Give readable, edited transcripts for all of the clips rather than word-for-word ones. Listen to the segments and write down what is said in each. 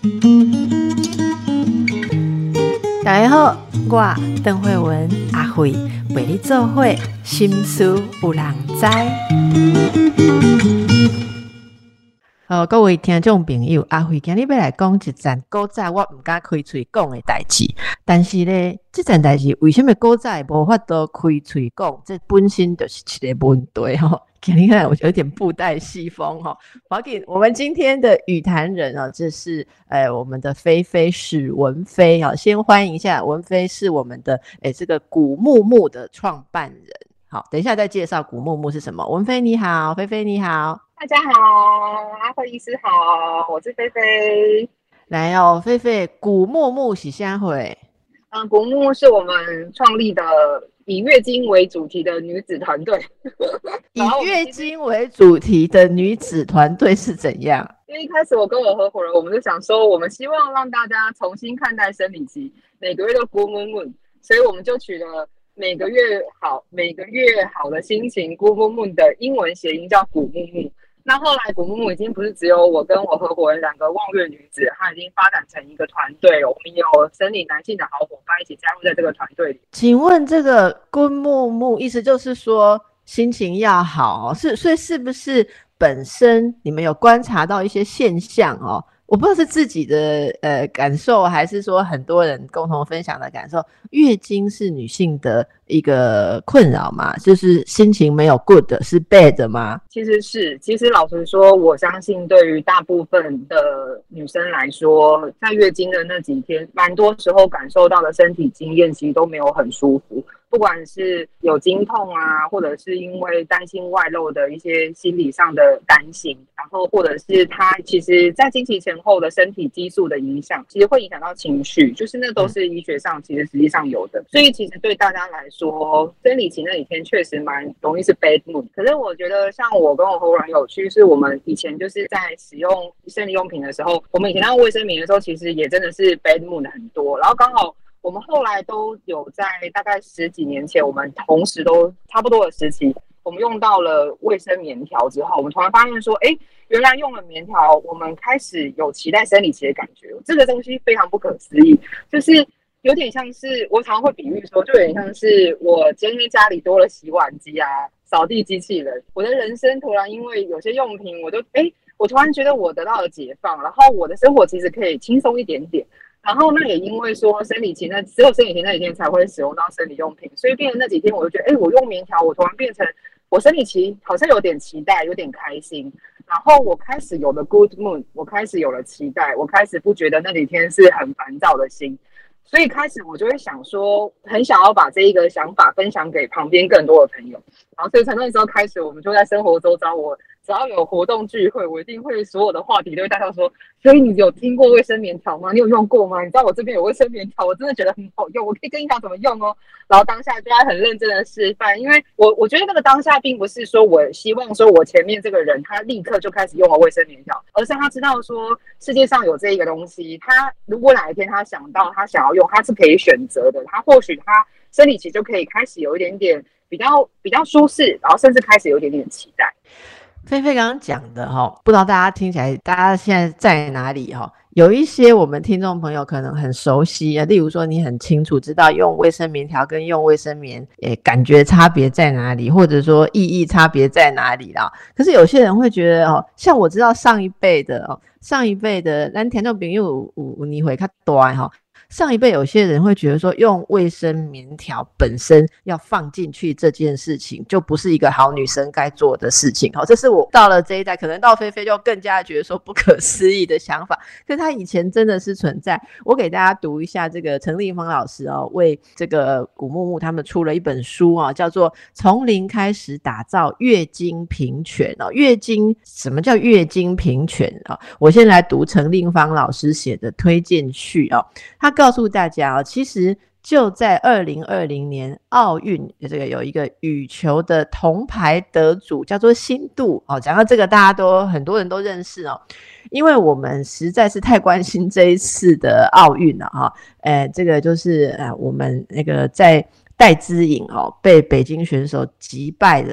大家好，我邓惠文阿惠陪你做伙，心事有人知。各位听众朋友，阿惠今日要来讲一件古早我不敢开嘴讲的代志，但是呢，这件代志为什么古早无法度开嘴讲？这本身就是一个问题吼。今天我有点布袋戏风哈，我们今天的语坛人啊，这是我们的菲菲史文菲啊，先欢迎一下文菲是我们的这个古木木的创办人。好，等一下再介绍古木木是什么。文菲你好，菲菲你好， 大家好，阿慧医师好，我是菲菲。 来哦，菲菲，古木木是啥会？ 古木木是我们创立的以月经为主题的女子团队。 以月经为主题的女子团队是怎样？ 因为一开始我跟我合伙人，我们就想说，我们希望让大家重新看待生理期，每个月都古木木，所以我们就取了每个月好的心情古木木的英文谐音叫古木木。那后来古木木已经不是只有我跟我合伙人两个望月女子，它已经发展成一个团队，我们有生理男性的好伙伴一起加入在这个团队里。 请问这个古木木意思就是说心情要好所以是不是本身你们有观察到一些现象哦？我不知道是自己的感受，还是说很多人共同分享的感受。月经是女性的一个困扰吗？就是心情没有 good 是 bad 吗？ 其实老实说，我相信对于大部分的女生来说，在月经的那几天，蛮多时候感受到的身体经验其实都没有很舒服。不管是有经痛啊，或者是因为担心外露的一些心理上的担心，然后或者是他其实在经期前后的身体激素的影响，其实会影响到情绪，就是那都是医学上其实实际上有的。所以其实对大家来说，生理期那几天确实蛮容易是 bad mood。可是我觉得像我跟我合伙人有趣，是我们以前就是在使用生理用品的时候，我们以前用卫生棉的时候，其实也真的是 bad mood 很多，然后刚好我们后来都有在大概10几年前，我们同时都差不多的时期，我们用到了卫生棉条之后，我们突然发现说，原来用了棉条，我们开始有期待生理期的感觉。这个东西非常不可思议，就是有点像是我常常会比喻说，就有点像是我今天家里多了洗碗机啊、扫地机器人，我的人生突然因为有些用品，我突然觉得我得到了解放，然后我的生活其实可以轻松一点点。然后那也因为说生理期只有生理期那几天才会使用到生理用品，所以变成那几天我就觉得，我用棉条，我突然变成我生理期好像有点期待，有点开心。然后我开始有了 good mood， 我开始有了期待，我开始不觉得那几天是很烦躁的心，所以开始我就会想说，很想要把这一个想法分享给旁边更多的朋友。然后所以从那时候开始，我们就在生活周遭，我只要有活动聚会，我一定会所有的话题都会带到说，所以你有听过卫生棉条吗？你有用过吗？你知道我这边有卫生棉条，我真的觉得很好用，我可以跟你讲怎么用哦。然后当下就在很认真的示范，因为我觉得那个当下并不是说我希望说我前面这个人他立刻就开始用了卫生棉条，而是他知道说世界上有这一个东西，他如果哪一天他想到他想要用，他是可以选择的，他或许他生理期就可以开始有一点点比较舒适，然后甚至开始有一点点期待。 菲菲刚刚讲的不知道大家听起来大家现在在哪里有一些我们听众朋友可能很熟悉例如说你很清楚知道用卫生棉条跟用卫生棉感觉差别在哪里，或者说意义差别在哪里啦。可是有些人会觉得像我知道上一辈的咱听众朋友有年岁较大上一辈有些人会觉得说用卫生棉条本身要放进去这件事情就不是一个好女生该做的事情这是我到了这一代，可能到菲菲就更加觉得说不可思议的想法，可是他以前真的是存在。我给大家读一下这个陈立芳老师为这个古木木他们出了一本书叫做从零开始打造月经平权月经，什么叫月经平权我先来读陈立芳老师写的推荐序他告诉大家其实就在2020年奥运这个有一个羽球的铜牌得主叫做辛度讲到这个大家都很多人都认识因为我们实在是太关心这一次的奥运了这个就是我们那个在戴资颖被北京选手击败的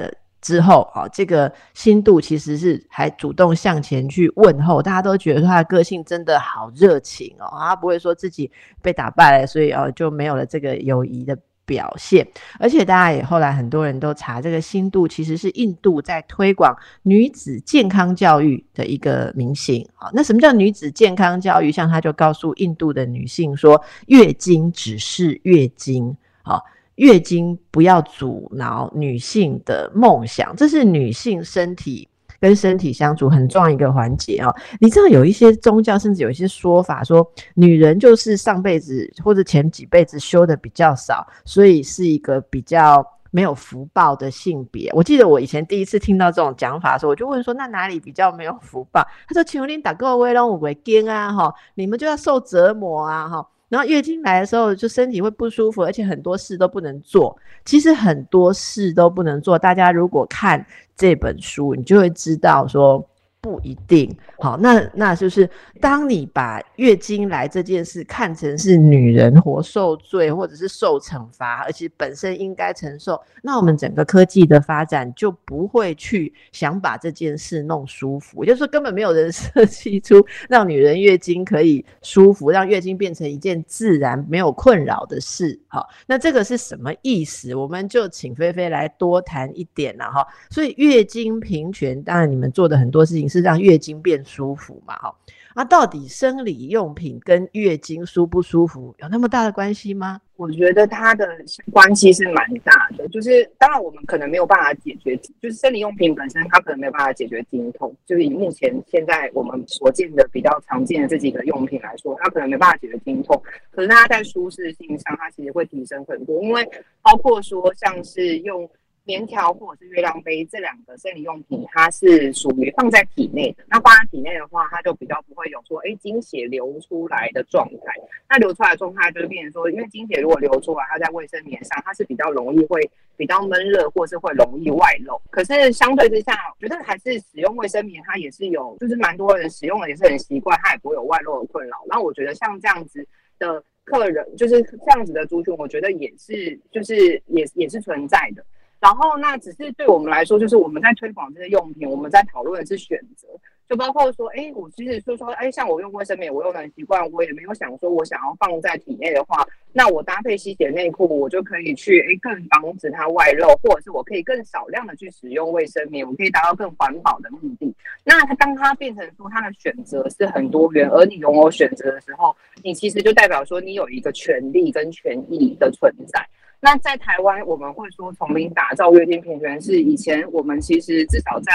之后这个新度其实是还主动向前去问候，大家都觉得说他的个性真的好热情他不会说自己被打败了，所以就没有了这个友谊的表现。而且大家也后来很多人都查，这个新度其实是印度在推广女子健康教育的一个明星。那什么叫女子健康教育？像他就告诉印度的女性说，月经只是月经，月经不要阻挠女性的梦想，这是女性身体跟身体相处很重要一个环节你知道有一些宗教甚至有一些说法说，女人就是上辈子或者前几辈子修的比较少，所以是一个比较没有福报的性别。我记得我以前第一次听到这种讲法的时候，我就问说，那哪里比较没有福报？他说，请问你打个位拢有月经啊你们就要受折磨啊然后月经来的时候就身体会不舒服，而且很多事都不能做。其实很多事都不能做，大家如果看这本书你就会知道说不一定。好，那就是当你把月经来这件事看成是女人活受罪或者是受惩罚，而且本身应该承受，那我们整个科技的发展就不会去想把这件事弄舒服。也就是说根本没有人设计出让女人月经可以舒服，让月经变成一件自然没有困扰的事。好，那这个是什么意思？我们就请菲菲来多谈一点啦所以月经平权，当然你们做的很多事情是让月经变舒服嘛到底生理用品跟月经舒不舒服有那么大的关系吗？ 我觉得它的关系是蛮大的，就是当然我们可能没有办法解决，就是生理用品本身它可能没有办法解决经痛，就是以目前现在我们所见的比较常见的这几个用品来说，它可能没办法解决经痛，可是它在舒适性上它其实会提升很多，因为包括说像是用棉条或者是月亮杯这两个生理用品，它是属于放在体内的。那放在体内的话，它就比较不会有说，经血流出来的状态。那流出来的状态就是变成说，因为经血如果流出来，它在卫生棉上，它是比较容易会比较闷热，或是会容易外漏。可是相对之下，我觉得还是使用卫生棉，它也是有，就是蛮多人使用的也是很习惯，它也不会有外漏的困扰。那我觉得像这样子的客人，就是这样子的族群，我觉得也是，就是也是存在的。然后那只是对我们来说，就是我们在推广这些用品，我们在讨论的是选择，就包括说，我其实说，像我用卫生棉，我用的很习惯，我也没有想说我想要放在体内的话，那我搭配吸血内裤，我就可以去更防止它外漏，或者是我可以更少量的去使用卫生棉，我可以达到更环保的目的。那当它变成说它的选择是很多元，而你拥有选择的时候，你其实就代表说你有一个权利跟权益的存在。那在台湾，我们会说从零打造月经平权，是以前我们其实至少在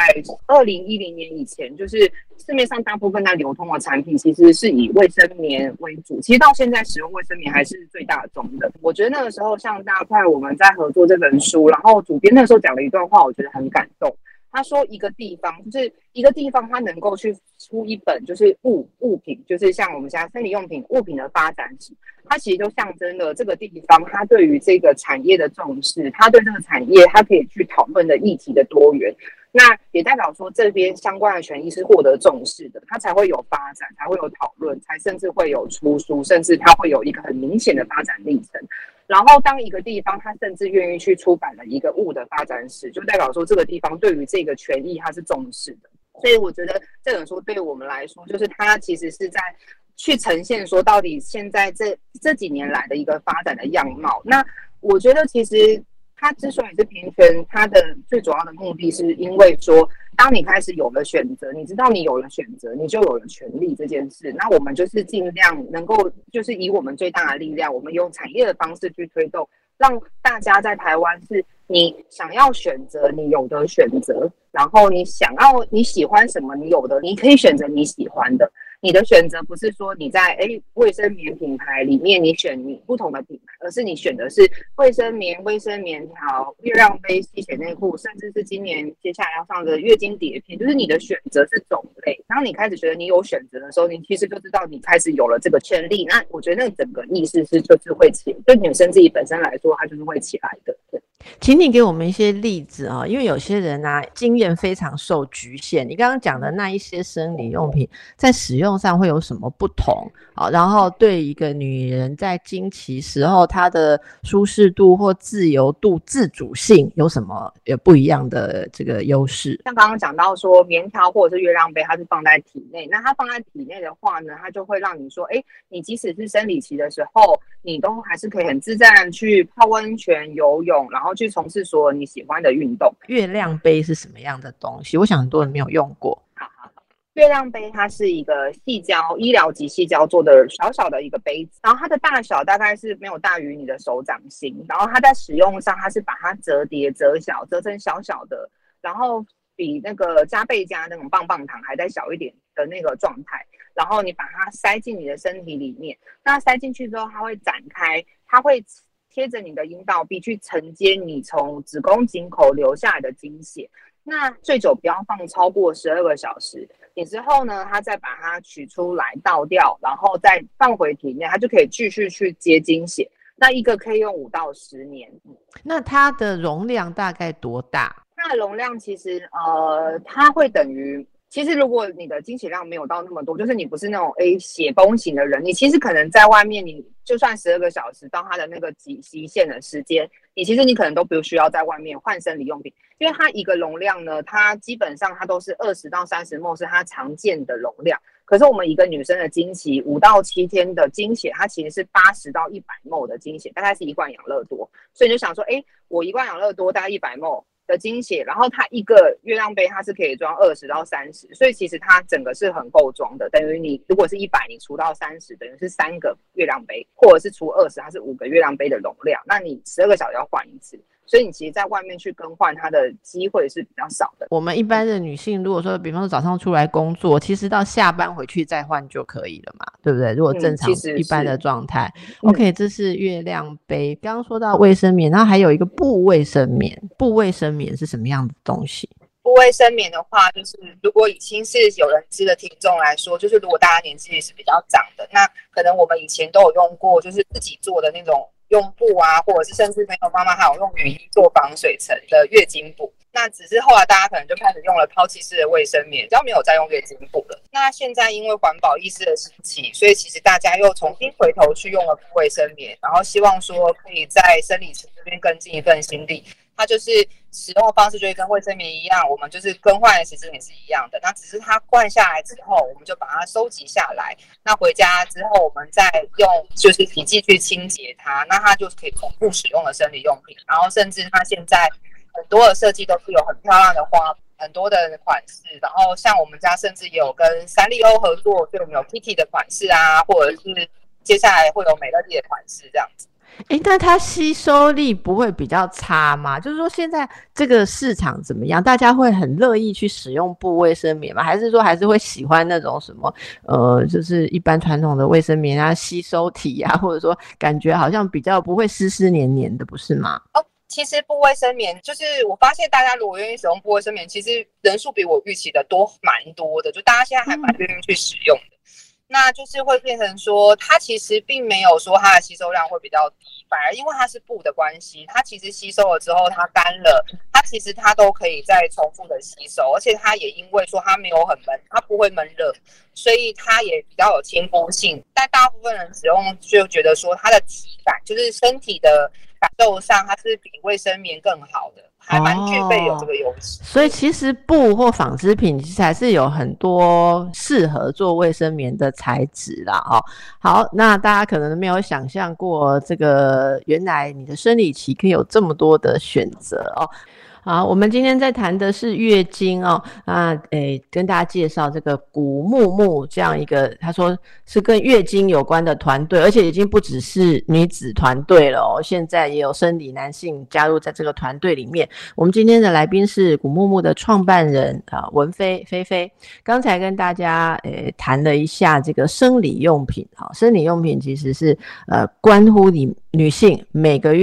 2010年以前，就是市面上大部分在流通的产品，其实是以卫生棉为主。其实到现在使用卫生棉还是最大宗的。我觉得那个时候像大块我们在合作这本书，然后主编那时候讲了一段话，我觉得很感动。他说一个地方他能够去出一本就是物品，就是像我们现在生理用品物品的发展史，它其实就象征了这个地方它对于这个产业的重视，它对这个产业它可以去讨论的议题的多元。那也代表说这边相关的权益是获得重视的，它才会有发展，才会有讨论，才甚至会有出书，甚至它会有一个很明显的发展历程。然后当一个地方它甚至愿意去出版了一个物的发展史，就代表说这个地方对于这个权益它是重视的。所以我觉得这本书对我们来说，就是它其实是在去呈现说到底现在这几年来的一个发展的样貌。那我觉得其实它之所以是平权，它的最主要的目的是因为说，当你开始有了选择，你知道你有了选择，你就有了权利这件事。那我们就是尽量能够，就是以我们最大的力量，我们用产业的方式去推动，让大家在台湾是你想要选择，你有的选择，然后你喜欢什么，你有的，你可以选择你喜欢的。你的选择不是说你在卫生棉品牌里面你选你不同的品牌，而是你选的是卫生棉、卫生棉条、月亮杯、吸血内裤，甚至是今年接下来要上的月经碟片，就是你的选择是种类。当你开始觉得你有选择的时候，你其实就知道你开始有了这个权利。那我觉得那整个意识是就是会起，对女生自己本身来说，它就是会起来的。 请你给我们一些例子啊，因为有些人啊经验非常受局限。你刚刚讲的那一些生理用品在使用上会有什么不同啊？然后对一个女人在经期时候她的舒适度或自由度、自主性有什么不一样的这个优势？ 像刚刚讲到说棉条或者是月亮杯，它是放在体内，那它放在体内的话呢，它就会让你说，你即使是生理期的时候，你都还是可以很自在的去泡温泉、游泳，然后去从事所有你喜欢的运动。 月亮杯是什么样的东西？我想很多人没有用过。 月亮杯它是一个矽胶，医疗级矽胶做的小小的一个杯子，然后它的大小大概是没有大于你的手掌心，然后它在使用上，它是把它折叠、折小、折成小小的，然后比那个加倍加那种棒棒糖还再小一点的那个状态，然后你把它塞进你的身体里面，那塞进去之后，它会展开，它会贴着你的阴道壁去承接你从子宫颈口流下来的经血。那最久不要放超过12个小时，你之后呢，它再把它取出来倒掉，然后再放回体内，它就可以继续去接经血。那一个可以用5到10年。 那它的容量大概多大？ 它的容量其实它会等于，其实如果你的经血量没有到那么多，就是你不是那种血崩型的人，你其实可能在外面，你就算12个小时到它的那个极限的时间，你可能都不需要在外面换生理用品，因为它一个容量呢，它基本上它都是20到30 ml 是它常见的容量。可是我们一个女生的经期5到7天的经血，它其实是80到100 ml 的经血，大概是1罐养乐多。所以你就想说，我1罐养乐多大概100 ml。的经血，然后它一个月亮杯它是可以装20到30，所以其实它整个是很够装的，等于你如果是100，你除到30，等于是3个月亮杯，或者是除20，它是5个月亮杯的容量，那你12个小时要换一次，所以你其实在外面去更换它的机会是比较少的。 我们一般的女性如果说比方说早上出来工作，其实到下班回去再换就可以了嘛，对不对？如果正常一般的状态，OK， 这是月亮杯。刚刚说到卫生棉，然后还有一个布卫生棉，布卫生棉是什么样的东西？ 布卫生棉的话，就是如果已经是有人知的听众来说，就是如果大家年纪是比较长的，那可能我们以前都有用过，就是自己做的那种用布啊，或者是甚至没有妈妈还有用雨衣做防水层的月经布。那只是后来大家可能就开始用了抛弃式的卫生棉，比较没有再用月经布了。那现在因为环保意识的兴起，所以其实大家又重新回头去用了布卫生棉，然后希望说可以在生理期这边更尽一份心力。它就是使用的方式就会跟卫生棉一样，我们就是更换的时间也是一样的。那只是它灌下来之后，我们就把它收集下来。那回家之后，我们再用就是笔记去清洁它，那它就是可以重复使用的生理用品。然后甚至它现在很多的设计都是有很漂亮的花，很多的款式。然后像我们家甚至也有跟三丽鸥合作，所以我们有 Kitty 的款式啊，或者是接下来会有美乐蒂的款式这样子。 但它吸收力不会比较差吗？就是说现在这个市场怎么样？大家会很乐意去使用布卫生棉吗？还是说还是会喜欢那种什么就是一般传统的卫生棉啊，吸收体啊，或者说感觉好像比较不会湿湿黏黏的，不是吗？ 其实布卫生棉就是我发现大家如果愿意使用布卫生棉，其实人数比我预期的多蛮多的，就大家现在还蛮愿意去使用的。那就是会变成说，它其实并没有说它的吸收量会比较低，反而因为它是布的关系，它其实吸收了之后，它干了，它其实它都可以再重复的吸收，而且它也因为说它没有很闷，它不会闷热，所以它也比较有亲肤性。但大部分人使用就觉得说，它的体感就是身体的感受上，它是比卫生棉更好的。还蛮具备有这个优势， 所以其实布或纺织品其实还是有很多适合做卫生棉的材质啦。好，那大家可能没有想象过，这个原来你的生理期可以有这么多的选择哦。好，我们今天在谈的是月经哦，跟大家介绍这个古木木这样一个，他说是跟月经有关的团队，而且已经不只是女子团队了哦，现在也有生理男性加入在这个团队里面。我们今天的来宾是古木木的创办人文菲菲，刚才跟大家谈了一下这个生理用品，生理用品其实是关乎你女性每个月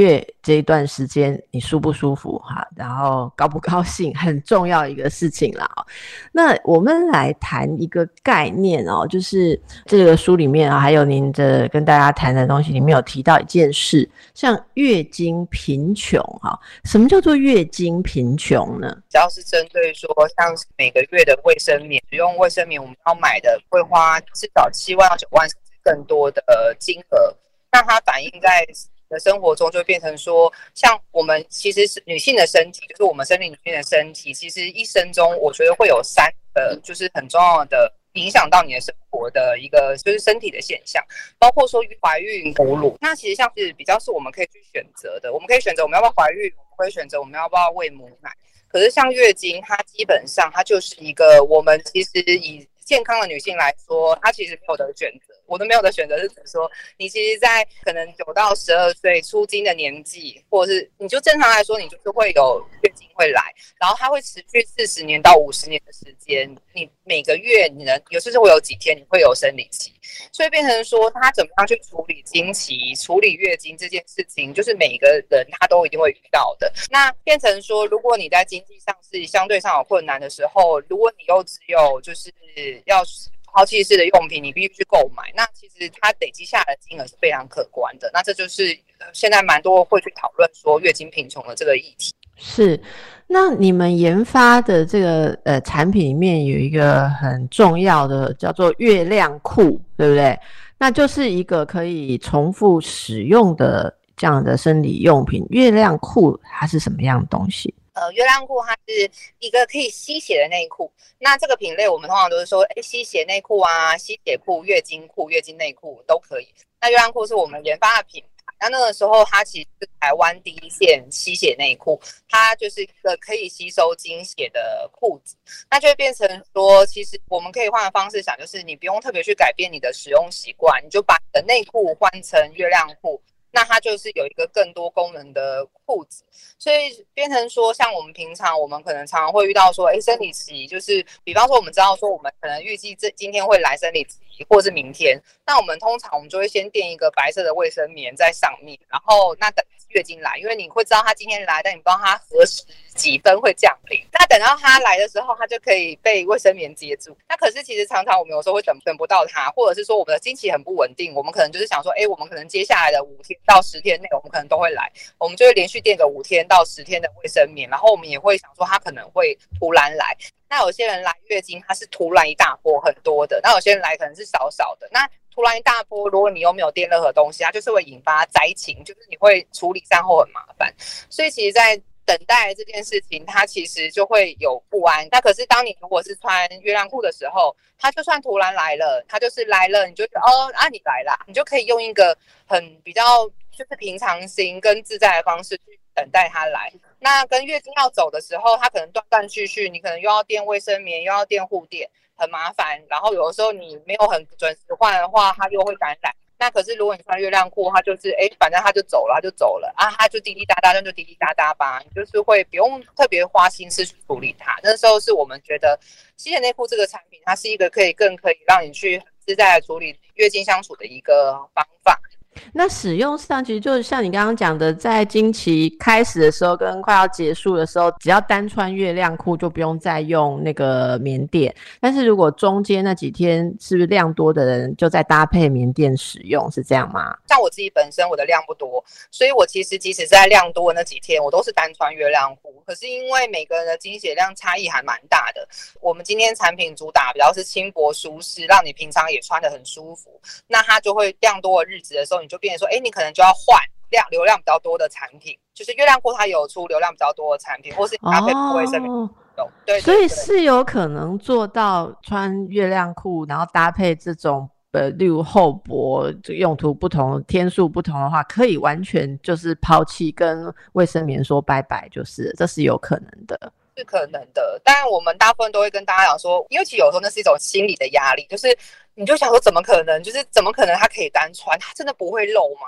这一段时间你舒不舒服哈，然后高不高兴，很重要一个事情啦。那我们来谈一个概念哦，就是这个书里面啊，还有您的跟大家谈的东西里面有提到一件事，像月经贫穷哈，什么叫做月经贫穷呢？ 只要是针对说像是每个月的卫生棉，使用卫生棉我们要买的会花至少7万到9万甚至更多的金额，那它反映在的生活中就会变成说，像我们其实是女性的身体，就是我们生理女性的身体，其实一生中我觉得会有3个就是很重要的影响到你的生活的一个就是身体的现象，包括说怀孕、哺乳。那其实像是比较是我们可以去选择的，我们可以选择我们要不要怀孕，我们会选择我们要不要喂母奶。可是像月经，它基本上它就是一个我们其实以健康的女性来说，她其实没有的选择。我的没有的选择是指说，你其实在可能9到12岁出经的年纪，或者是你就正常来说，你就是会有月经会来，然后它会持续40年到50年的时间。你每个月你能有时候会有几天你会有生理期，所以变成说他怎么样去处理经期、处理月经这件事情，就是每个人他都一定会遇到的。那变成说，如果你在经济上是相对上有困难的时候，如果你又只有就是要抛弃式的用品，你必须去购买，那其实它累积下来的金额是非常可观的。那这就是现在蛮多会去讨论说月经贫穷的这个议题。 是，那你们研发的这个产品里面有一个很重要的叫做月亮裤，对不对？那就是一个可以重复使用的这样的生理用品。月亮裤它是什么样的东西？ 月亮裤它是一个可以吸血的内裤。那这个品类我们通常都是说，吸血内裤啊、吸血裤、月经裤、月经内裤都可以。那月亮裤是我们研发的品牌。那个时候它其实是台湾第一线吸血内裤，它就是一个可以吸收经血的裤子。那就会变成说，其实我们可以换个方式想，就是你不用特别去改变你的使用习惯，你就把你的内裤换成月亮裤。那它就是有一个更多功能的裤子，所以变成说，像我们平常我们可能常常会遇到说，生理期就是比方说我们知道说我们可能预计今天会来生理期或是明天，那我们通常我们就会先垫一个白色的卫生棉在上面，然后那等月经来，因为你会知道它今天来，但你不知道它何时几分会降临，那等到它来的时候它就可以被卫生棉接住。那可是其实常常我们有时候会等不到它，或者是说我们的经期很不稳定，我们可能就是想说我们可能接下来的5天到10天内我们可能都会来，我们就会连续垫个5天到10天的卫生棉，然后我们也会想说它可能会突然来。那有些人来月经它是突然一大波很多的，那有些人来可能是少少的。那突然一大波，如果你又没有垫任何东西，它就是会引发灾情，就是你会处理善后很麻烦。所以其实在等待这件事情，它其实就会有不安。那可是当你如果是穿月亮裤的时候，它就算突然来了，它就是来了，你就觉得你来啦，你就可以用一个很比较就是平常心跟自在的方式去等待它来。那跟月经要走的时候，它可能断断续续，你可能又要垫卫生棉，又要垫护垫，很麻烦。然后有的时候你没有很准时换的话，它又会感染。那可是如果你穿月亮裤，它就是反正它就走了，它就走了啊，它就滴滴答答，那就滴滴答答吧，你就是会不用特别花心思去处理它。那时候是我们觉得吸血内裤这个产品，它是一个更可以让你去很自在的处理月经相处的一个方法。 那使用上其实就是像你刚刚讲的，在经期开始的时候跟快要结束的时候，只要单穿月亮裤就不用再用那个棉垫。但是如果中间那几天是不是量多的人，就再搭配棉垫使用，是这样吗？ 像我自己本身我的量不多，所以我其实即使在量多的那几天，我都是单穿月亮裤。可是因为每个人的经血量差异还蛮大的，我们今天产品主打比较是轻薄舒适，让你平常也穿得很舒服。那它就会量多的日子的时候，你就变成说，你可能就要换流量比较多的产品，就是月亮裤它有出流量比较多的产品，或是搭配卫生棉。对， 所以是有可能做到穿月亮裤，然后搭配这种例如厚薄用途不同、天数不同的话，可以完全就是抛弃跟卫生棉说拜拜，就是这是有可能的。 是可能的，但我们大部分都会跟大家讲说，因为其实有时候那是一种心理的压力，就是你就想说怎么可能，就是怎么可能它可以单穿，它真的不会漏吗？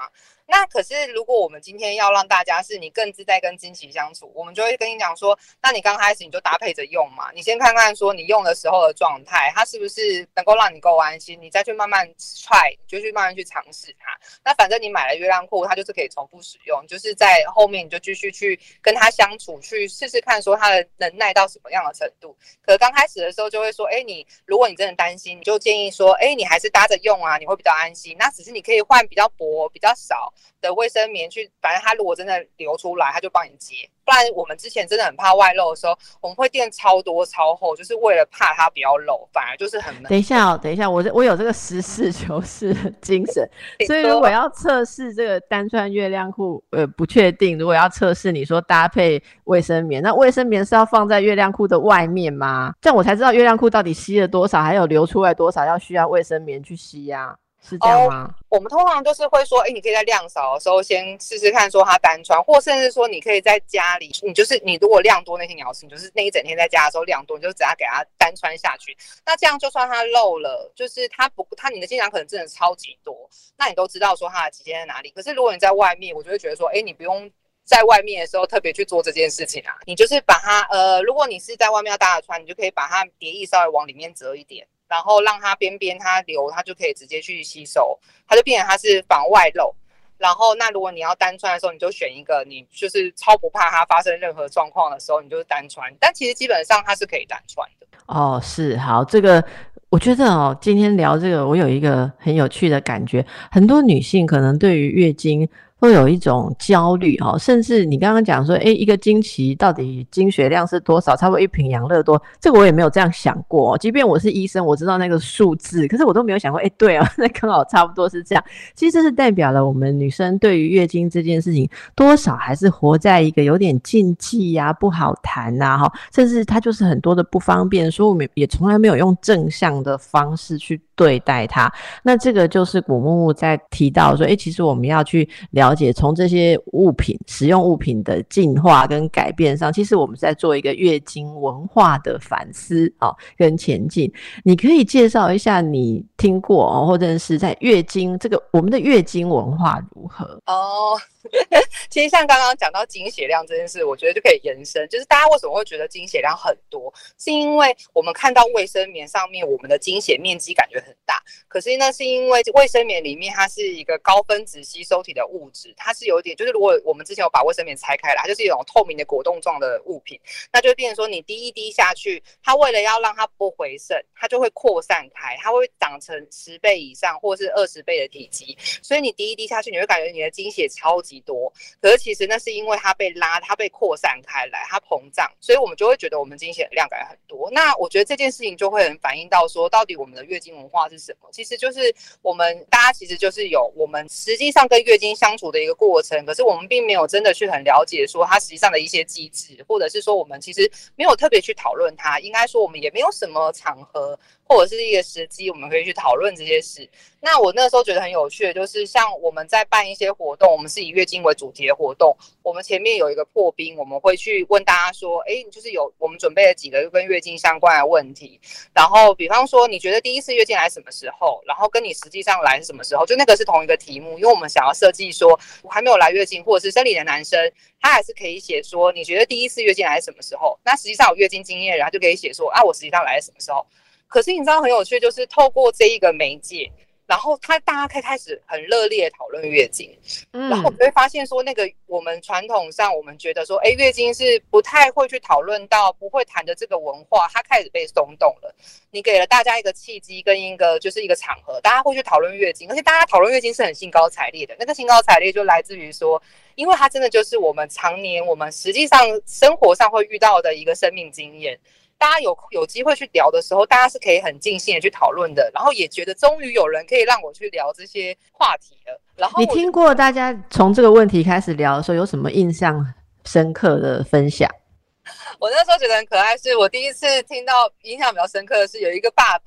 那可是如果我们今天要让大家是你更自在跟经期相处，我们就会跟你讲说，那你刚开始你就搭配着用嘛，你先看看说你用的时候的状态，它是不是能够让你够安心，你再去慢慢 try， 你就去慢慢去尝试它。那反正你买了月亮裤，它就是可以重复使用，就是在后面你就继续去跟它相处，去试试看说它的能耐到什么样的程度。可刚开始的时候就会说，如果你真的担心，你就建议说，你还是搭着用啊，你会比较安心。那只是你可以换比较薄、比较少的卫生棉去，反正它如果真的流出来，它就帮你接。不然我们之前真的很怕外漏的时候，我们会垫超多超厚，就是为了怕它不要漏，反而就是很闷。 等一下，我有这个实事求是的精神，所以如果要测试这个单穿月亮裤，不确定。如果要测试，你说搭配卫生棉，那卫生棉是要放在月亮裤的外面吗？这样我才知道月亮裤到底吸了多少，还有流出来多少，要需要卫生棉去吸啊。是这样吗？ 我们通常就是会说，你可以在量少的时候先试试看，说它单穿，或甚至说你可以在家里，你如果量多那天你要吃，你就是那一整天在家的时候量多，你就只要给它单穿下去。那这样就算它漏了，就是你的经量可能真的超级多，那你都知道说它的极限在哪里。可是如果你在外面，我就会觉得说，你不用在外面的时候特别去做这件事情啊，你就是把它如果你是在外面要搭着穿，你就可以把它叠翼稍微往里面折一点。然后让它边边它流，它就可以直接去吸收，它就变成它是防外漏。然后那如果你要单穿的时候，你就选一个你就是超不怕它发生任何状况的时候，你就是单穿。但其实基本上它是可以单穿的。 哦，是，好，这个我觉得今天聊这个，我有一个很有趣的感觉，很多女性可能对于月经会有一种焦虑，甚至你刚刚讲说一个经期到底经血量是多少，差不多一瓶养乐多，这个我也没有这样想过，即便我是医生，我知道那个数字，可是我都没有想过对啊，那刚好差不多是这样。其实这是代表了我们女生对于月经这件事情多少还是活在一个有点禁忌啊，不好谈啊，甚至它就是很多的不方便，所以我们也从来没有用正向的方式去对待它。那这个就是古木木在提到说其实我们要去了解从这些使用物品的进化跟改变上，其实我们在做一个月经文化的反思跟前进。你可以介绍一下你听过或者是在月经我们的月经文化如何？ 其实像刚刚讲到经血量这件事，我觉得就可以延伸，就是大家为什么会觉得经血量很多，是因为我们看到卫生棉上面我们的经血面积感觉很大，可是那是因为卫生棉里面它是一个高分子吸收体的物质，它是有点就是如果我们之前有把卫生棉拆开来，它就是一种透明的果冻状的物品，那就变成说你滴一滴下去，它为了要让它不回渗，它就会扩散开，它会长成10倍以上或是20倍的体积，所以你滴一滴下去，你会感觉你的经血超级多，可是其实那是因为它被扩散开来，它膨胀，所以我们就会觉得我们经血的量感很多。那我觉得这件事情就会很反映到说，到底我们的月经文化是什么？其实就是大家其实就是有我们实际上跟月经相处的一个过程，可是我们并没有真的去很了解说它实际上的一些机制，或者是说我们其实没有特别去讨论它，应该说我们也没有什么场合或者是一个时机我们可以去讨论这些事。那我那时候觉得很有趣的就是像我们在办一些活动，我们是以月经为主题的活动，我们前面有一个破冰，我们会去问大家说就是我们准备了几个跟月经相关的问题，然后比方说你觉得第一次月经来什么时候，然后跟你实际上来是什么时候，就那个是同一个题目，因为我们想要设计说我还没有来月经或者是生理的男生，他还是可以写说你觉得第一次月经来是什么时候，那实际上有月经经验人他就可以写说我实际上来是什么时候。可是你知道很有趣，就是透过这一个媒介，然后大家可以开始很热烈的讨论月经，然后我们会发现说，那个我们传统上我们觉得说，月经是不太会去讨论到、不会谈的这个文化，它开始被松动了。你给了大家一个契机跟一个场合，大家会去讨论月经，而且大家讨论月经是很兴高采烈的。那个兴高采烈就来自于说，因为它真的就是我们常年我们实际上生活上会遇到的一个生命经验。大家有机会去聊的时候，大家是可以很尽兴的去讨论的，然后也觉得终于有人可以让我去聊这些话题了。然后你听过大家从这个问题开始聊的时候，有什么印象深刻的分享？ 我那时候觉得很可爱，是我第一次听到印象比较深刻的是有一个爸爸，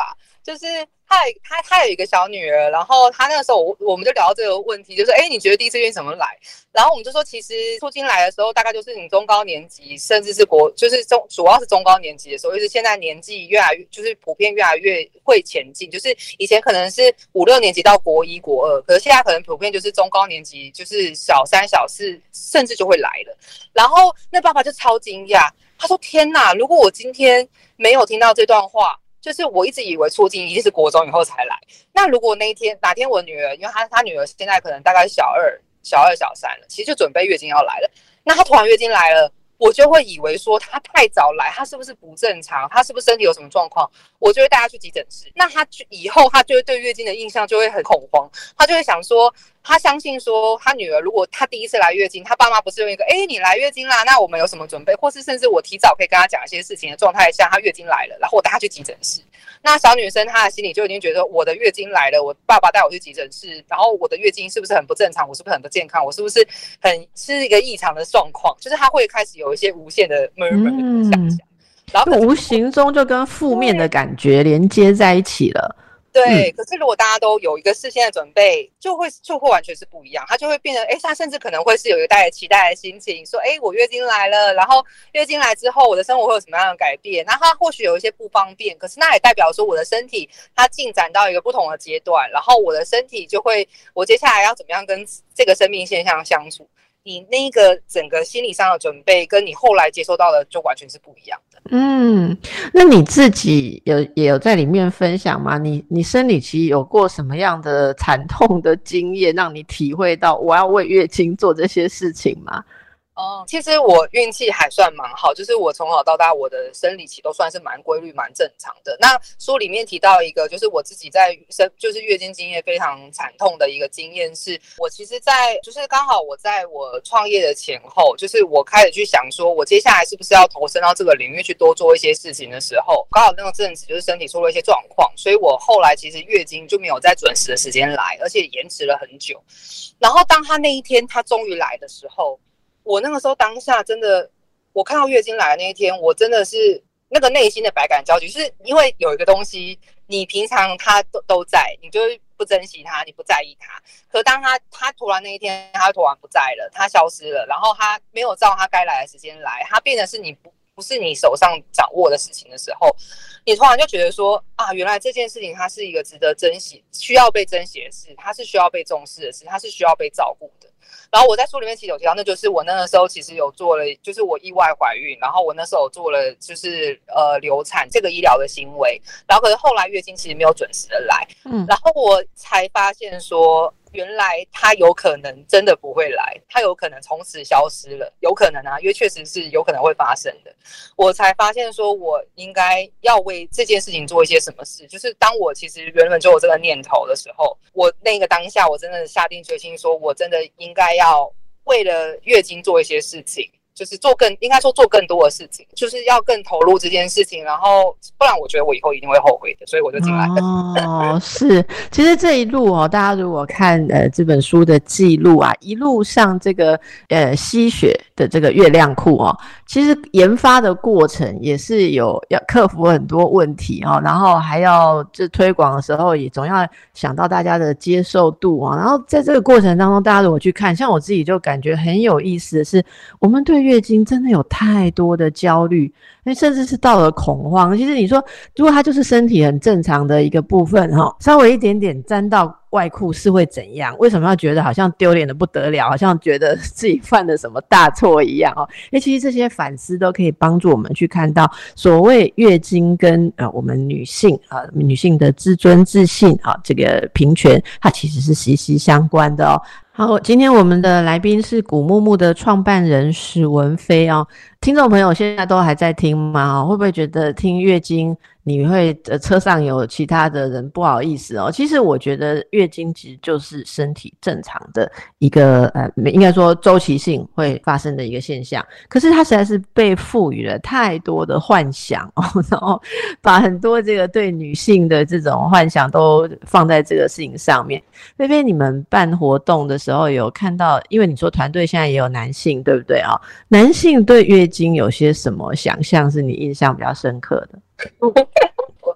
就是他有一个小女儿，然后他那个时候我们就聊到这个问题，就是你觉得第一次月经怎么来？然后我们就说，其实初经来的时候，大概就是你中高年级，甚至是就是主要是中高年级的时候，就是现在年纪越来越，就是普遍越来越会前进，就是以前可能是5、6年级到国1、国2，可是现在可能普遍就是中高年级，就是小3、小4，甚至就会来了。然后那爸爸就超惊讶，他说：“天哪！如果我今天没有听到这段话。”就是我一直以为初经一定是国中以后才来，那如果哪天我女儿，因为她女儿现在可能大概小2、小3了，其实就准备月经要来了，那她突然月经来了，我就会以为说她太早来，她是不是不正常，她是不是身体有什么状况，我就会带她去急诊室。那她以后她就会对月经的印象就会很恐慌，她就会想说，她相信说她女儿如果她第一次来月经，她爸妈不是用一个你来月经啦，那我们有什么准备，或是甚至我提早可以跟她讲一些事情的状态下，她月经来了，然后我带她去急诊室。那小女生她的心里就已经觉得我的月经来了，我爸爸带我去急诊室，然后我的月经是不是很不正常，我是不是很不健康，我是不是是一个异常的状况，就是她会开始有一些无限的 murmur 想象，然后无形中就跟负面的感觉连接在一起了。 对，可是如果大家都有一个事先的准备，就会完全是不一样，它就会变成，他甚至可能会是有一个带着期待的心情，说，我月经来了，然后月经来之后，我的生活会有什么样的改变？那它或许有一些不方便，可是那也代表说我的身体它进展到一个不同的阶段，然后我的身体就会，我接下来要怎么样跟这个生命现象相处？你那个整个心理上的准备，跟你后来接收到的就完全是不一样的。 那你自己也有在里面分享吗？你生理期有过什么样的惨痛的经验，让你体会到我要为月经做这些事情吗？ 其实我运气还算蛮好，就是我从小到大我的生理期都算是蛮规律蛮正常的。那书里面提到一个就是我自己在就是月经经验非常惨痛的一个经验，是我其实就是刚好我在我创业的前后，就是我开始去想说我接下来是不是要投身到这个领域去多做一些事情的时候，刚好那个阵子就是身体出了一些状况，所以我后来其实月经就没有在准时的时间来，而且延迟了很久。然后当他那一天他终于来的时候，我那个时候当下真的，我看到月经来的那一天，我真的是那个内心的百感交集，就是因为有一个东西，你平常它都在，你就会不珍惜它，你不在意它。可当它突然那一天，它突然不在了，它消失了，然后它没有照它该来的时间来，它变成是你不是你手上掌握的事情的时候，你突然就觉得说原来这件事情它是一个值得珍惜、需要被珍惜的事，它是需要被重视的事，它是需要被照顾的。然后我在书里面其实有提到，那就是我那个时候其实有做了，就是我意外怀孕，然后我那时候有做了就是流产这个医疗的行为，然后可是后来月经其实没有准时的来，然后我才发现说，原来它有可能真的不会来，它有可能从此消失了，有可能因为确实是有可能会发生的。我才发现说我应该要为这件事情做一些什么事，就是当我其实原本就有这个念头的时候，我那个当下我真的下定决心说，我真的应该要为了月经做一些事情，就是应该说做更多的事情，就是要更投入这件事情，然后不然我觉得我以后一定会后悔的，所以我就进来了。 是，其实这一路大家如果看这本书的记录一路上这个吸血的这个月亮裤其实研发的过程也是要克服很多问题然后还要这推广的时候也总要想到大家的接受度然后在这个过程当中，大家如果去看，像我自己就感觉很有意思的是，我们对月经真的有太多的焦虑，甚至是到了恐慌。其实你说如果它就是身体很正常的一个部分稍微一点点沾到外裤是会怎样？为什么要觉得好像丢脸的不得了，好像觉得自己犯了什么大错一样其实这些反思都可以帮助我们去看到所谓月经跟我们女性的自尊自信这个平权，它其实是息息相关的好，今天我们的来宾是古木木的创办人史文飞听众朋友现在都还在听吗？会不会觉得听月经你会车上有其他的人不好意思其实我觉得月经其实就是身体正常的一个应该说周期性会发生的一个现象，可是它实在是被赋予了太多的幻想然后把很多这个对女性的这种幻想都放在这个事情上面。菲菲，你们办活动的时候有看到，因为你说团队现在也有男性对不对男性对月经有些什么想象是你印象比较深刻的？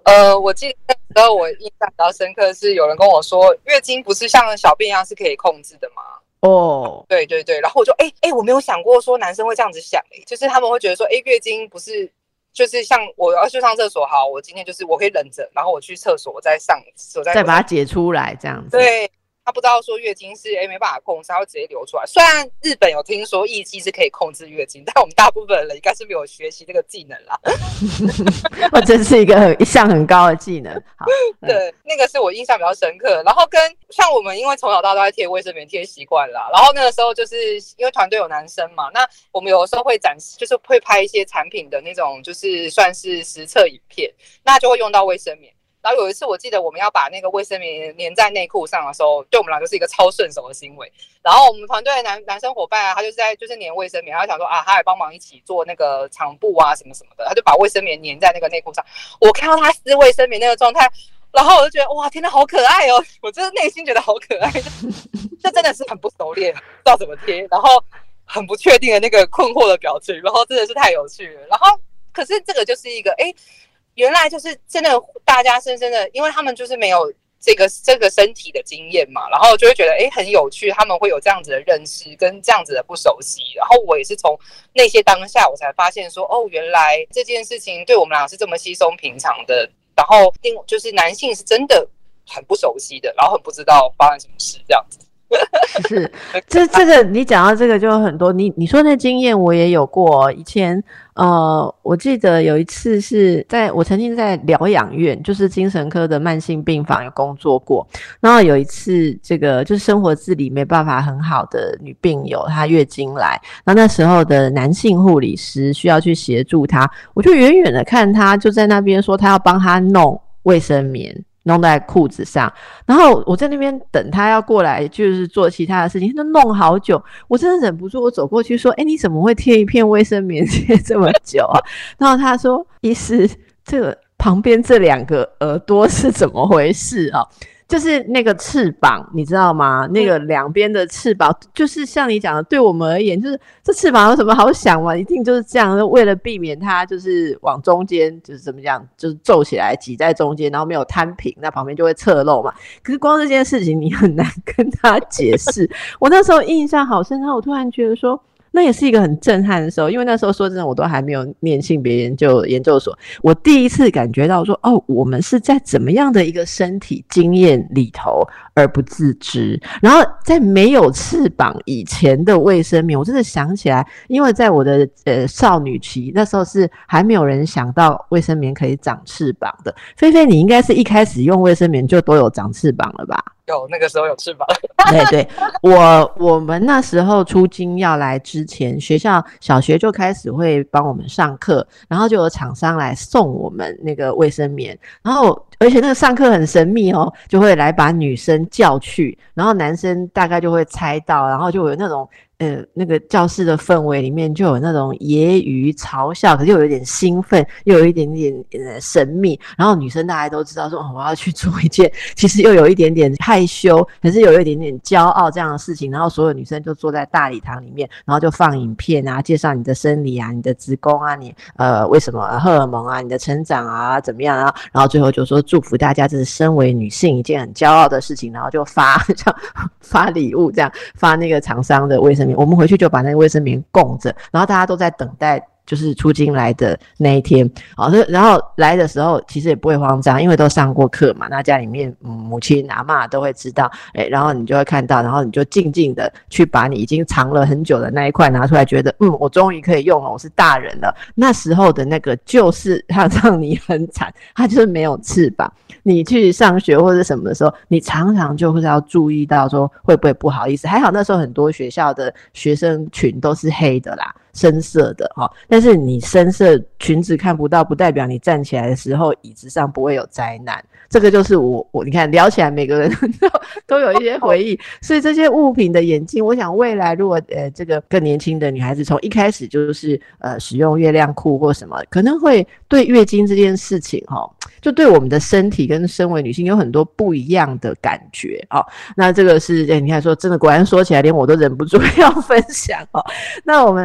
我记得那时候我印象比较深刻是有人跟我说，月经不是像小便一样是可以控制的吗？ 哦， 对对对，然后我就我没有想过说男生会这样子想，就是他们会觉得说，月经不是就是像我要去上厕所，好，我今天就是我可以忍着，然后我去厕所，我再再把它解出来这样子。 对。他不知道说月经是没办法控制，它会直接流出来。虽然日本有听说艺妓是可以控制月经，但我们大部分人应该是没有学习这个技能啦。 我真是一项很高的技能。好， 对，那个是我印象比较深刻。然后跟像我们因为从小到大都在贴卫生棉贴习惯啦，然后那个时候就是因为团队有男生嘛，那我们有的时候会展示，就是会拍一些产品的那种，就是算是实测影片，那就会用到卫生棉。然后有一次我记得我们要把那个卫生棉粘在内裤上的时候，对我们来说是一个超顺手的行为。然后我们团队的男生伙伴啊，他就是粘卫生棉，他想说啊，他来帮忙一起做那个长布啊什么什么的，他就把卫生棉粘在那个内裤上。我看到他撕卫生棉那个状态，然后我就觉得哇，天哪，好可爱哦！我真的内心觉得好可爱，这真的是很不熟练，不知道怎么贴，然后很不确定的那个困惑的表情，然后真的是太有趣了。然后可是这个就是一个原来就是真的，大家深深的，因为他们就是没有这个身体的经验嘛，然后就会觉得很有趣，他们会有这样子的认识跟这样子的不熟悉。然后我也是从那些当下，我才发现说，原来这件事情对我们俩是这么稀松平常的。然后就是男性是真的很不熟悉的，然后很不知道发生什么事这样子。 是，这个你讲到这个就很多，你说那经验我也有过。以前我记得有一次是我曾经在疗养院，就是精神科的慢性病房有工作过。然后有一次这个就是生活自理没办法很好的女病友，她月经来，那时候的男性护理师需要去协助她，我就远远的看她就在那边说她要帮她弄卫生棉。弄在裤子上，然后我在那边等他要过来，就是做其他的事情，他就弄好久，我真的忍不住，我走过去说：“你怎么会贴一片卫生棉贴这么久啊？”然后他说：“医师，这个旁边这2个耳朵是怎么回事啊？”就是那个翅膀，你知道吗？那个两边的翅膀，就是像你讲的，对我们而言，就是这翅膀有什么好想嘛？一定就是这样，为了避免它就是往中间，就是怎么讲，就是皱起来挤在中间，然后没有摊平，那旁边就会侧漏嘛。可是光这件事情，你很难跟他解释。我那时候印象好深刻，我突然觉得说，那也是一个很震撼的时候，因为那时候说真的，我都还没有念性别研究所，我第一次感觉到说，我们是在怎么样的一个身体经验里头而不自知。然后在没有翅膀以前的卫生棉，我真的想起来，因为在我的少女期，那时候是还没有人想到卫生棉可以长翅膀的。菲菲，你应该是一开始用卫生棉就都有长翅膀了吧？ 有，那个时候有翅膀。 对，我们那时候出京要来之前，小学就开始会帮我们上课，然后就有厂商来送我们那个卫生棉，然后而且那个上课很神秘哦，就会来把女生叫去，然后男生大概就会猜到，然后就有那种那个教室的氛围里面就有那种揶揄嘲笑，可是又有一点兴奋，又有一点点神秘，然后女生大家都知道说我要去做一件其实又有一点点害羞，可是有一点点骄傲这样的事情，然后所有女生就坐在大礼堂里面，然后就放影片啊，介绍你的生理啊，你的子宫啊，你为什么荷尔蒙啊，你的成长啊怎么样啊，然后最后就说祝福大家这是身为女性一件很骄傲的事情，然后就发礼物，这样发那个厂商的卫生棉，我们回去就把那个卫生棉供着，然后大家都在等待就是出京来的那一天，然后来的时候其实也不会慌张，因为都上过课嘛，那家里面母亲阿嬷都会知道，然后你就会看到，然后你就静静的去把你已经藏了很久的那一块拿出来，觉得我终于可以用了，我是大人了。那时候的那个就是让你很惨，它就是没有翅膀。你去上学或者什么的时候，你常常就会要注意到说会不会不好意思。还好那时候很多学校的学生群都是黑的啦，深色的但是你深色裙子看不到，不代表你站起来的时候椅子上不会有灾难。这个就是我你看聊起来每个人都有一些回忆，所以这些物品的演进，我想未来如果这个更年轻的女孩子从一开始就是使用月亮裤或什么，可能会对月经这件事情就对我们的身体跟身为女性有很多不一样的感觉那这个是你看说真的，果然说起来连我都忍不住要分享那我们来看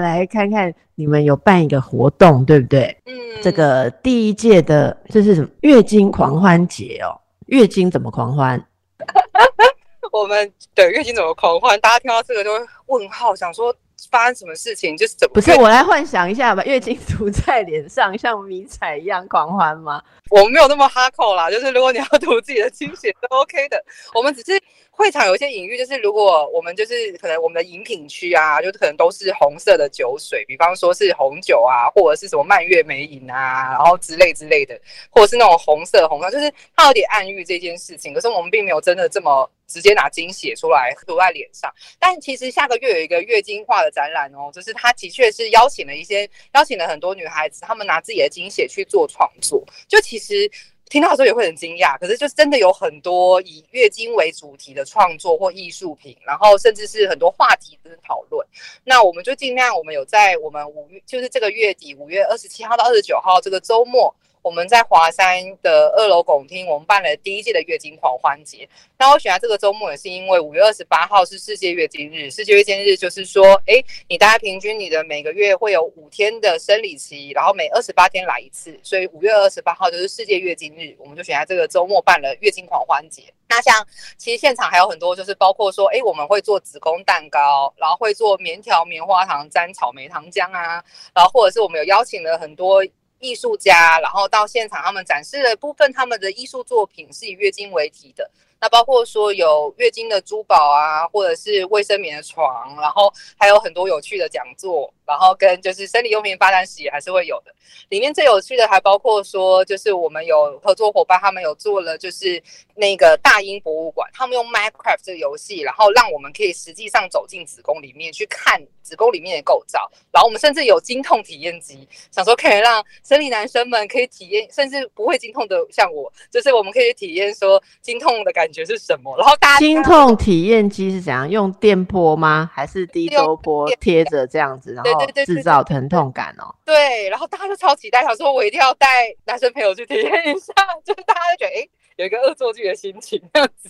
看看你们有办一个活动，对不对？这个第一届的这是什么月经狂欢节哦？月经怎么狂欢？ 我们对月经怎么狂欢？大家听到这个就会问号，想说发生什么事情？就是怎么不是我来幻想一下吧？月经涂在脸上像迷彩一样狂欢吗？ 我们没有那么哈扣啦，就是如果你要涂自己的经血都 OK 的。我们只是会场有一些隐喻，就是如果我们就是可能我们的饮品区啊，就可能都是红色的酒水，比方说是红酒啊，或者是什么蔓越莓饮啊，然后之类的，或者是那种红色，就是它有点暗喻这件事情。可是我们并没有真的这么直接拿经血出来涂在脸上。但其实下个月有一个月经化的展览哦，就是它的确是邀请了很多女孩子，她们拿自己的经血去做创作。就其实听到的时候也会很惊讶，可是就是真的有很多以月经为主题的创作或艺术品，然后甚至是很多话题的讨论。那我们就尽量，我们有在我们5月，就是这个月底5月27号到29号这个周末，我们在华山的2楼拱厅，我们办了第一届的月经狂欢节。那我选择这个周末也是因为5月28号是世界月经日。世界月经日就是说，你大概平均你的每个月会有5天的生理期，然后每28天来一次，所以5月28号就是世界月经日，我们就选在这个周末办了月经狂欢节。那像其实现场还有很多，就是包括说，我们会做子宫蛋糕，然后会做棉条、棉花糖沾草莓糖浆啊，然后或者是我们有邀请了很多艺术家，然后到现场他们展示了部分他们的艺术作品是以月经为题的。那包括说有月经的珠宝啊，或者是卫生棉的床，然后还有很多有趣的讲座，然后跟就是生理用品发展史也还是会有的。里面最有趣的还包括说，就是我们有合作伙伴，他们有做了就是那个大英博物馆，他们用 Minecraft 这个游戏，然后让我们可以实际上走进子宫里面去看子宫里面的构造。然后我们甚至有经痛体验机，想说可以让生理男生们可以体验，甚至不会经痛的像我，就是我们可以体验说经痛的感觉是什么。然后大家经痛体验机是怎样？用电波吗？还是低周波贴着这样子，然后制造疼痛感哦？ 对，然后大家就超期待，想说我一定要带男生朋友去体验一下，就是大家就觉得有一个恶作剧的心情这样子。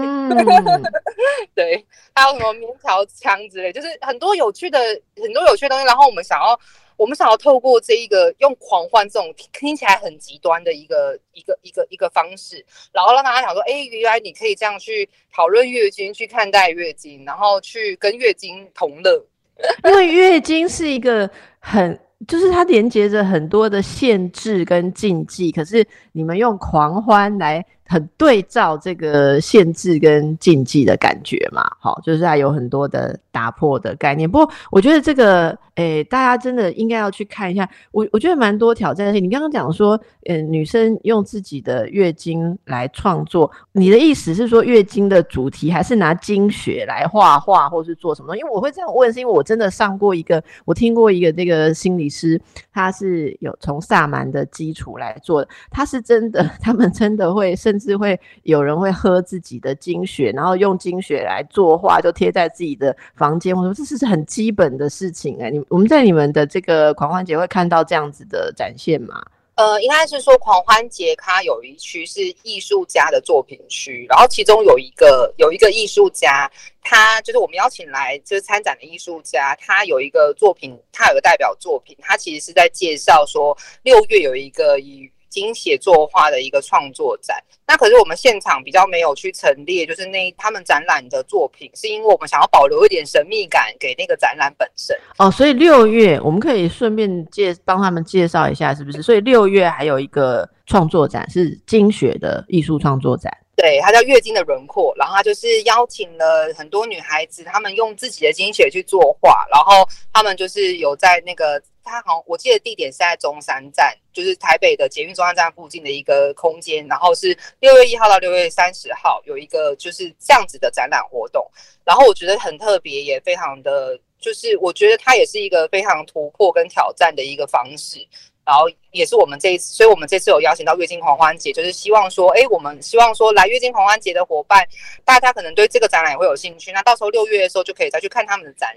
对，还有什么棉条枪之类，就是很多有趣的东西。然后我们想要透过这一个用狂欢这种听起来很极端的一个方式，然后让大家想说，原来你可以这样去讨论月经，去看待月经，然后去跟月经同乐。 因为月经是一个就是它连接着很多的限制跟禁忌，可是你们用狂欢来很对照这个限制跟禁忌的感觉嘛，好，就是还有很多的打破的概念。不过我觉得这个大家真的应该要去看一下，我觉得蛮多挑战性。你刚刚讲说女生用自己的月经来创作，你的意思是说月经的主题还是拿经血来画画或是做什么？因为我会这样问是因为我真的我听过一个这个心理师，他是有从萨满的基础来做的，他们真的会甚至会有人会喝自己的经血，然后用经血来作画，就贴在自己的房间。我说这是很基本的事情我们在你们的这个狂欢节会看到这样子的展现吗？ 应该是说狂欢节它有一区是艺术家的作品区，然后其中有一个艺术家，他就是我们邀请来就是参展的艺术家，他有一个作品，他有个代表作品，他其实是在介绍说6月有一个以经血作画的一个创作展。那可是我们现场比较没有去陈列，就是他们展览的作品，是因为我们想要保留一点神秘感给那个展览本身。 所以6月我们可以顺便帮他们介绍一下，是不是？所以6月还有一个创作展是经血的艺术创作展。 对，它叫月经的轮廓，然后它就是邀请了很多女孩子，她们用自己的经血去作画，然后她们就是有在那个，我记得地点是在中山站，就是台北的捷运中山站附近的一个空间，然后是6月1号到6月30号有一个就是这样子的展览活动，然后我觉得很特别，也非常的，就是我觉得它也是一个非常突破跟挑战的一个方式。然后也是我们这一次，所以我们这次有邀请到月经狂欢节，就是希望说，我们希望说来月经狂欢节的伙伴，大家可能对这个展览也会有兴趣。那到时候6月的时候就可以再去看他们的展览。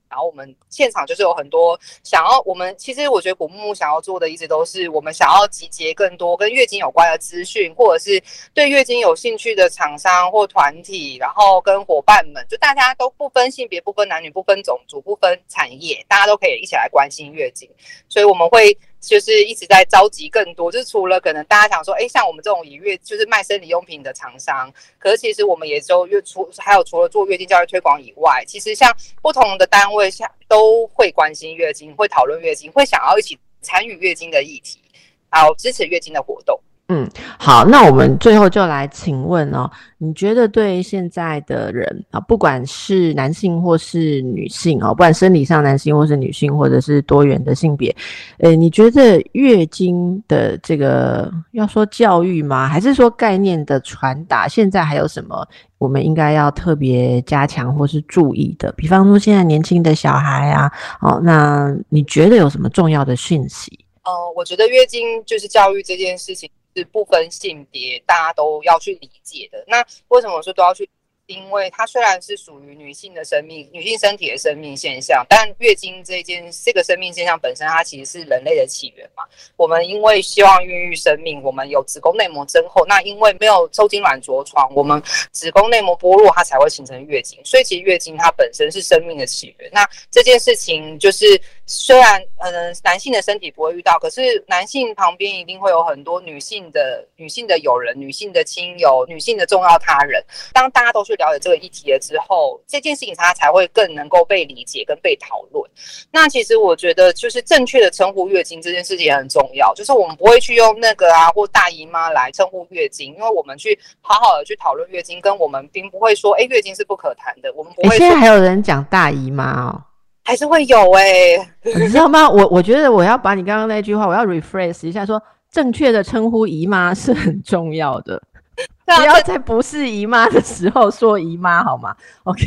然后我们现场就是有很多其实我觉得古木木想要做的一直都是我们想要集结更多跟月经有关的资讯，或者是对月经有兴趣的厂商或团体，然后跟伙伴们，就大家都不分性别、不分男女、不分种族、不分产业，大家都可以一起来关心月经。所以我们会就是一直在召集更多，就是除了可能大家想说，像我们这种就是卖生理用品的厂商，可是其实我们也就还有除了做月经教育推广以外，其实像不同的单位都会关心月经，会讨论月经，会想要一起参与月经的议题，还有支持月经的活动。 好，那我们最后就来请问哦，你觉得对现在的人啊，不管是男性或是女性哦，不管生理上男性或是女性，或者是多元的性别，你觉得月经的这个要说教育吗？还是说概念的传达，现在还有什么我们应该要特别加强或是注意的？比方说现在年轻的小孩啊，那你觉得有什么重要的讯息？ 我觉得月经就是教育这件事情是不分性别，大家都要去理解的。那为什么说都要去？因为它虽然是属于女性的生命、女性身体的生命现象，但月经这个生命现象本身，它其实是人类的起源嘛。我们因为希望孕育生命，我们有子宫内膜增厚，那因为没有受精卵着床，我们子宫内膜剥落，它才会形成月经。所以其实月经它本身是生命的起源。那这件事情就是虽然男性的身体不会遇到，可是男性旁边一定会有很多女性的友人、女性的亲友、女性的重要他人。当大家都去了解这个议题了之后，这件事情它才会更能够被理解跟被讨论。那其实我觉得就是正确的称呼月经这件事情也很重要，就是我们不会去用那个或大姨妈来称呼月经，因为我们去好好的去讨论月经，跟我们并不会说月经是不可谈的，我们不会说。 现在还有人讲大姨妈哦？ 还是会有你知道吗？我觉得我要把你刚刚那句话我要 rephrase 一下，说正确的称呼姨妈是很重要的。不要在不是姨妈的时候说姨妈好吗 ？OK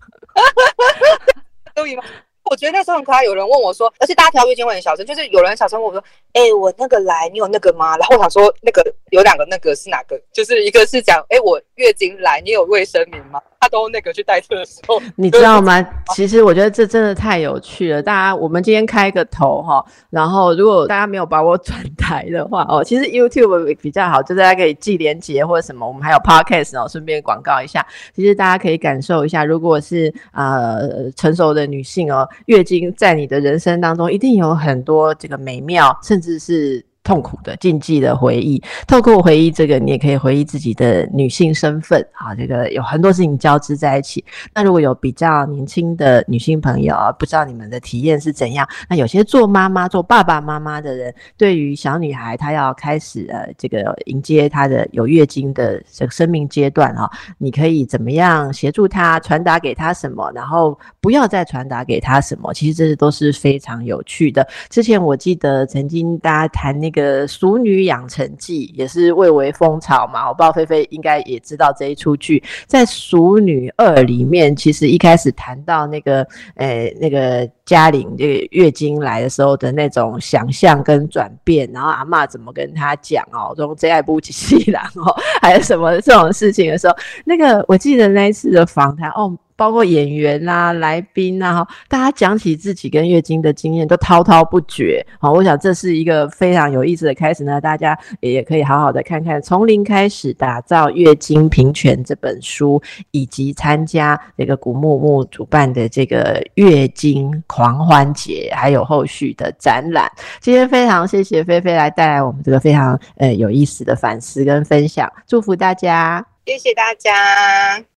都姨妈。我觉得那时候很可爱，有人问我说，而且大家调月经会很小声，就是有人小声问我说，我那个来，你有那个吗？然后我想说，那个有两个那个是哪个？就是一个是讲，我月经来，你有卫生棉吗？他都那个去代测的时候， 你知道吗？其实我觉得这真的太有趣了。大家，我们今天开个头哈，然后如果大家没有把我转台的话其实 YouTube 比较好，就是大家可以寄连结或者什么，我们还有 Podcast 顺便广告一下。其实大家可以感受一下，如果是成熟的女性月经在你的人生当中一定有很多这个美妙，甚至是痛苦的禁忌的回忆。透过回忆这个，你也可以回忆自己的女性身份这个有很多事情交织在一起。那如果有比较年轻的女性朋友不知道你们的体验是怎样，那有些做妈妈做爸爸妈妈的人，对于小女孩她要开始这个迎接她的有月经的这个生命阶段你可以怎么样协助她，传达给她什么，然后不要再传达给她什么，其实这都是非常有趣的。之前我记得曾经大家谈那个熟女养成记也是蔚为风潮嘛，我不知道菲菲应该也知道这一出剧。在熟女2里面，其实一开始谈到那个嘉玲这个月经来的时候的那种想象跟转变，然后阿嬷怎么跟她讲这种这爱不起细郎还有什么这种事情的时候，那个我记得那一次的访谈包括演员来宾大家讲起自己跟月经的经验都滔滔不绝我想这是一个非常有意思的开始呢，大家也可以好好的看看从零开始打造月经平权这本书，以及参加这个古木木主办的这个月经狂欢节，还有后续的展览。今天非常谢谢菲菲来带来我们这个非常有意思的反思跟分享，祝福大家， 谢谢大家。